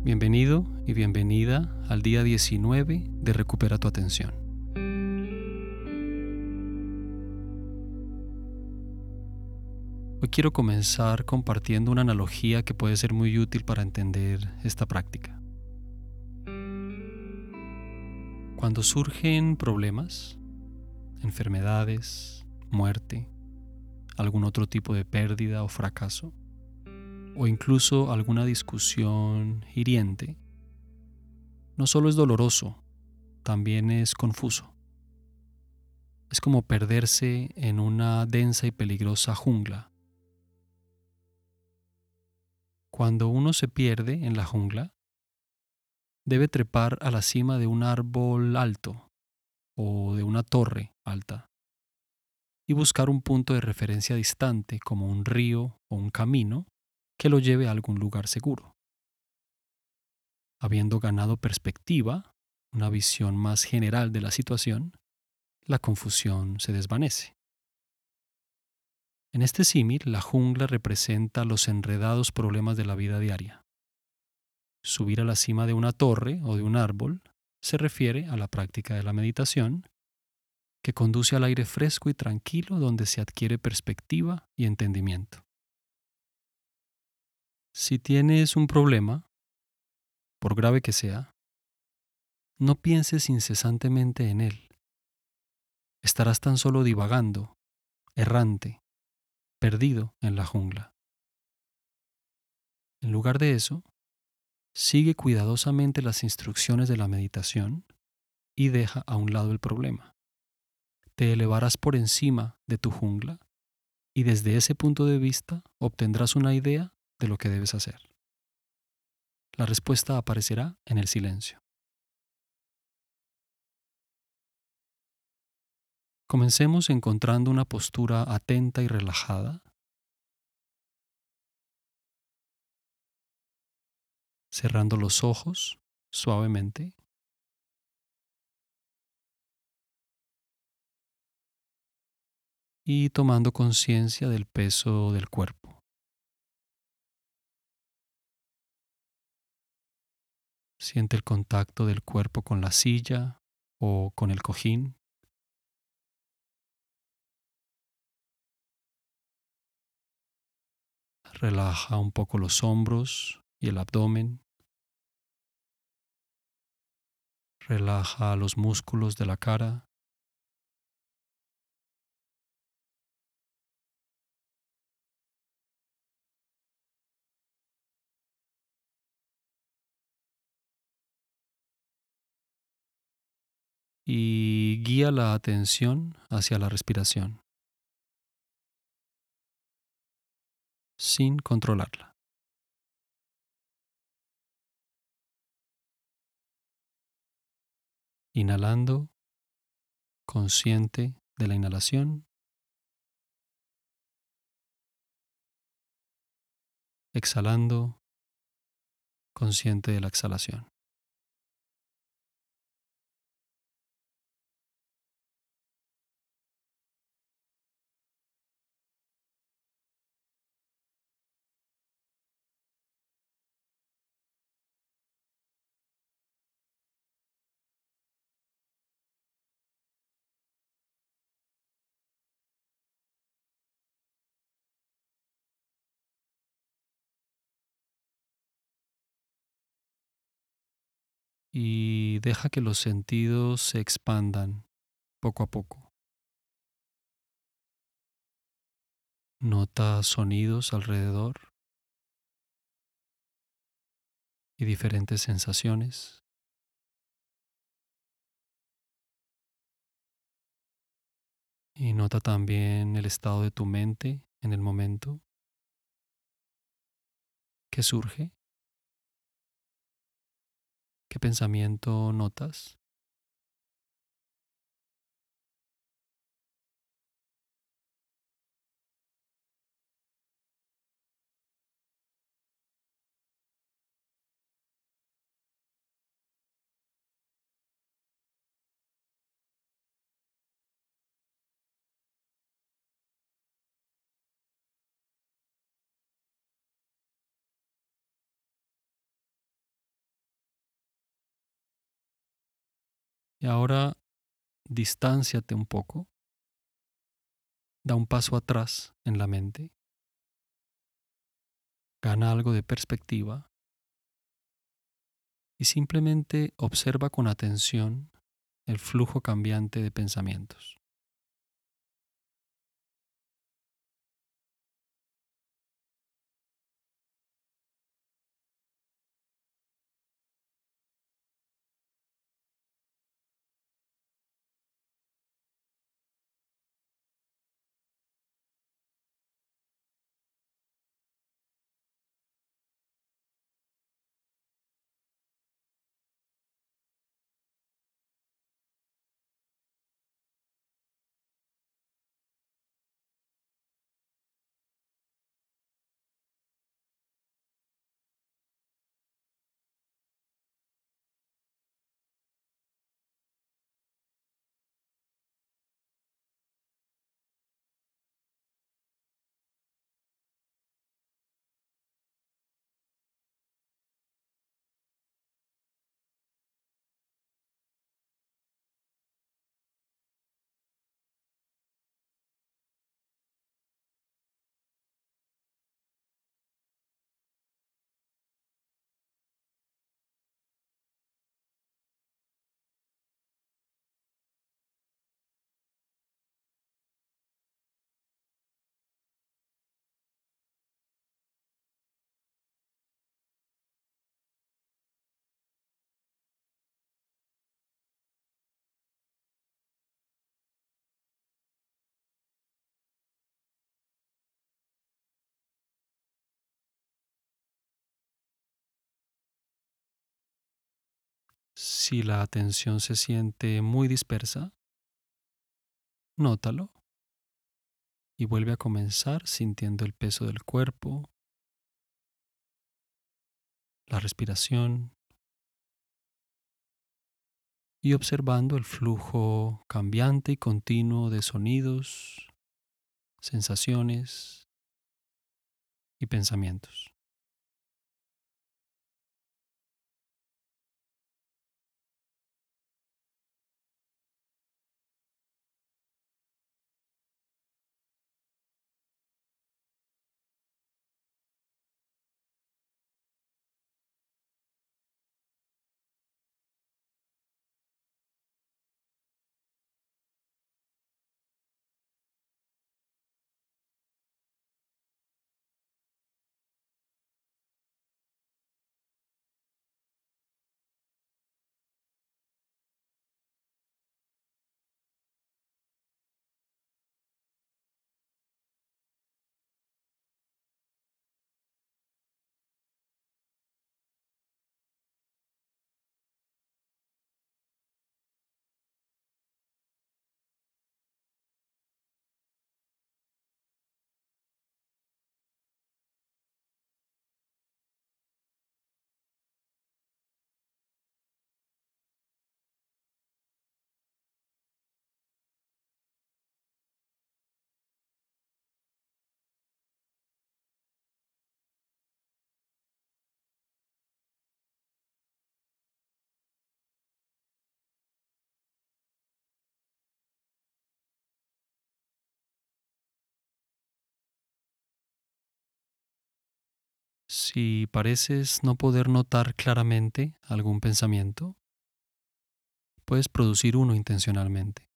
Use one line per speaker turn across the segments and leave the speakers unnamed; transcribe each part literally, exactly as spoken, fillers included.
Bienvenido y bienvenida al día diecinueve de Recupera tu Atención. Hoy quiero comenzar compartiendo una analogía que puede ser muy útil para entender esta práctica. Cuando surgen problemas, enfermedades, muerte, algún otro tipo de pérdida o fracaso, o incluso alguna discusión hiriente, no solo es doloroso, también es confuso. Es como perderse en una densa y peligrosa jungla. Cuando uno se pierde en la jungla, debe trepar a la cima de un árbol alto o de una torre alta y buscar un punto de referencia distante como un río o un camino que lo lleve a algún lugar seguro. Habiendo ganado perspectiva, una visión más general de la situación, la confusión se desvanece. En este símil, la jungla representa los enredados problemas de la vida diaria. Subir a la cima de una torre o de un árbol se refiere a la práctica de la meditación, que conduce al aire fresco y tranquilo donde se adquiere perspectiva y entendimiento. Si tienes un problema, por grave que sea, no pienses incesantemente en él. Estarás tan solo divagando, errante, perdido en la jungla. En lugar de eso, sigue cuidadosamente las instrucciones de la meditación y deja a un lado el problema. Te elevarás por encima de tu jungla y desde ese punto de vista obtendrás una idea de lo que debes hacer. La respuesta aparecerá en el silencio. Comencemos encontrando una postura atenta y relajada, cerrando los ojos suavemente y tomando conciencia del peso del cuerpo. Siente el contacto del cuerpo con la silla o con el cojín. Relaja un poco los hombros y el abdomen. Relaja los músculos de la cara. Y guía la atención hacia la respiración, sin controlarla. Inhalando, consciente de la inhalación. Exhalando, consciente de la exhalación. Y deja que los sentidos se expandan poco a poco. Nota sonidos alrededor y diferentes sensaciones. Y nota también el estado de tu mente en el momento que surge. ¿Qué pensamiento notas? Y ahora distánciate un poco, da un paso atrás en la mente, gana algo de perspectiva y simplemente observa con atención el flujo cambiante de pensamientos. Si la atención se siente muy dispersa, nótalo y vuelve a comenzar sintiendo el peso del cuerpo, la respiración y observando el flujo cambiante y continuo de sonidos, sensaciones y pensamientos. Si pareces no poder notar claramente algún pensamiento, puedes producir uno intencionalmente.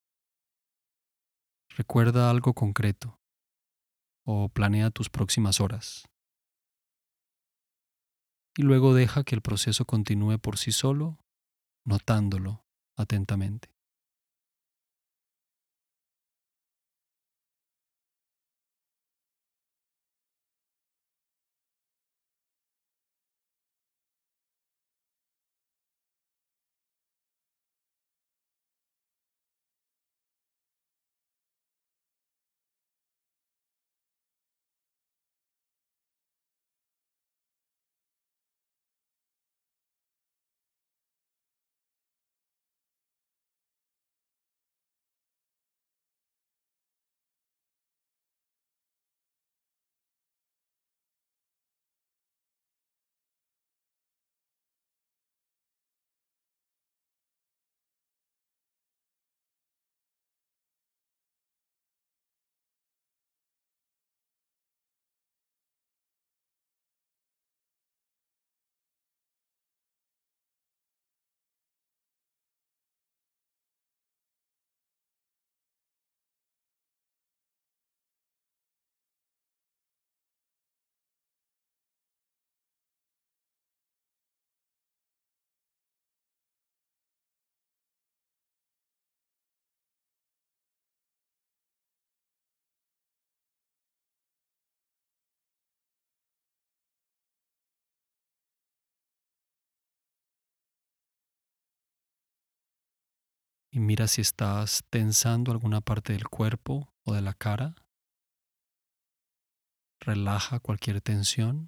Recuerda algo concreto o planea tus próximas horas y luego deja que el proceso continúe por sí solo, notándolo atentamente. y mira si estás tensando alguna parte del cuerpo o de la cara. Relaja cualquier tensión.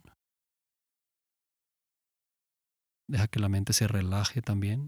Deja que la mente se relaje también.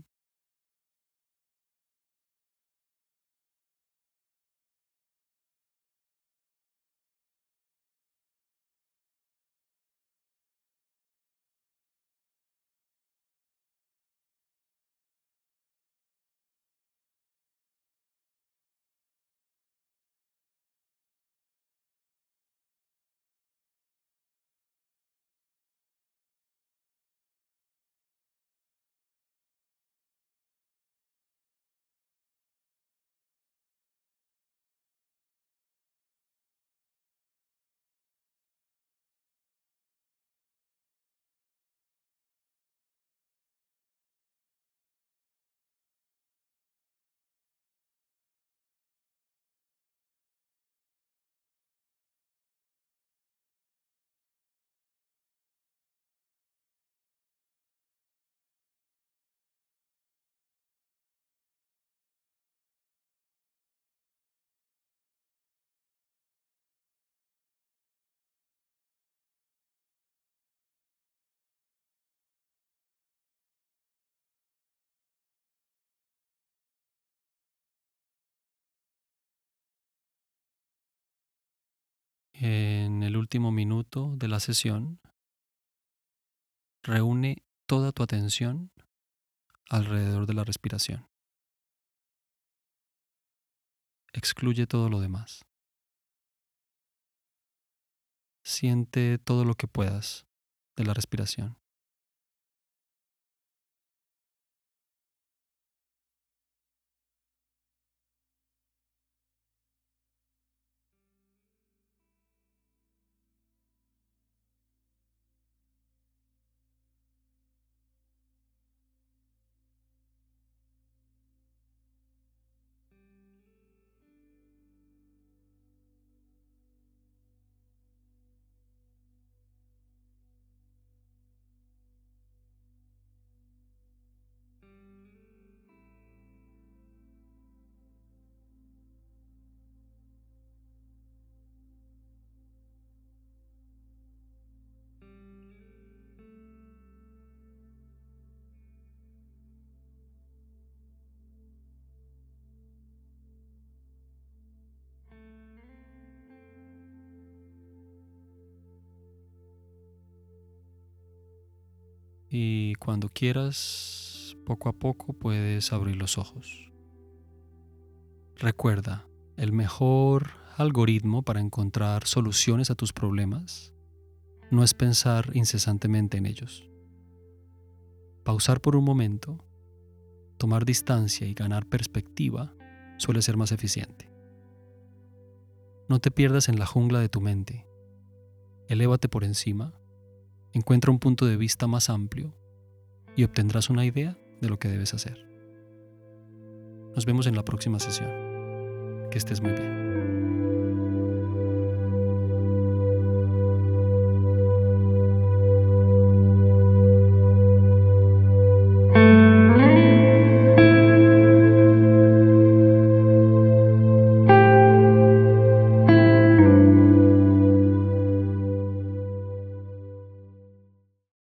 En el último minuto de la sesión, reúne toda tu atención alrededor de la respiración. Excluye todo lo demás. Siente todo lo que puedas de la respiración. Y cuando quieras, poco a poco puedes abrir los ojos. Recuerda, el mejor algoritmo para encontrar soluciones a tus problemas no es pensar incesantemente en ellos. Pausar por un momento, tomar distancia y ganar perspectiva suele ser más eficiente. No te pierdas en la jungla de tu mente. Elévate por encima, encuentra un punto de vista más amplio y obtendrás una idea de lo que debes hacer. Nos vemos en la próxima sesión. Que estés muy bien.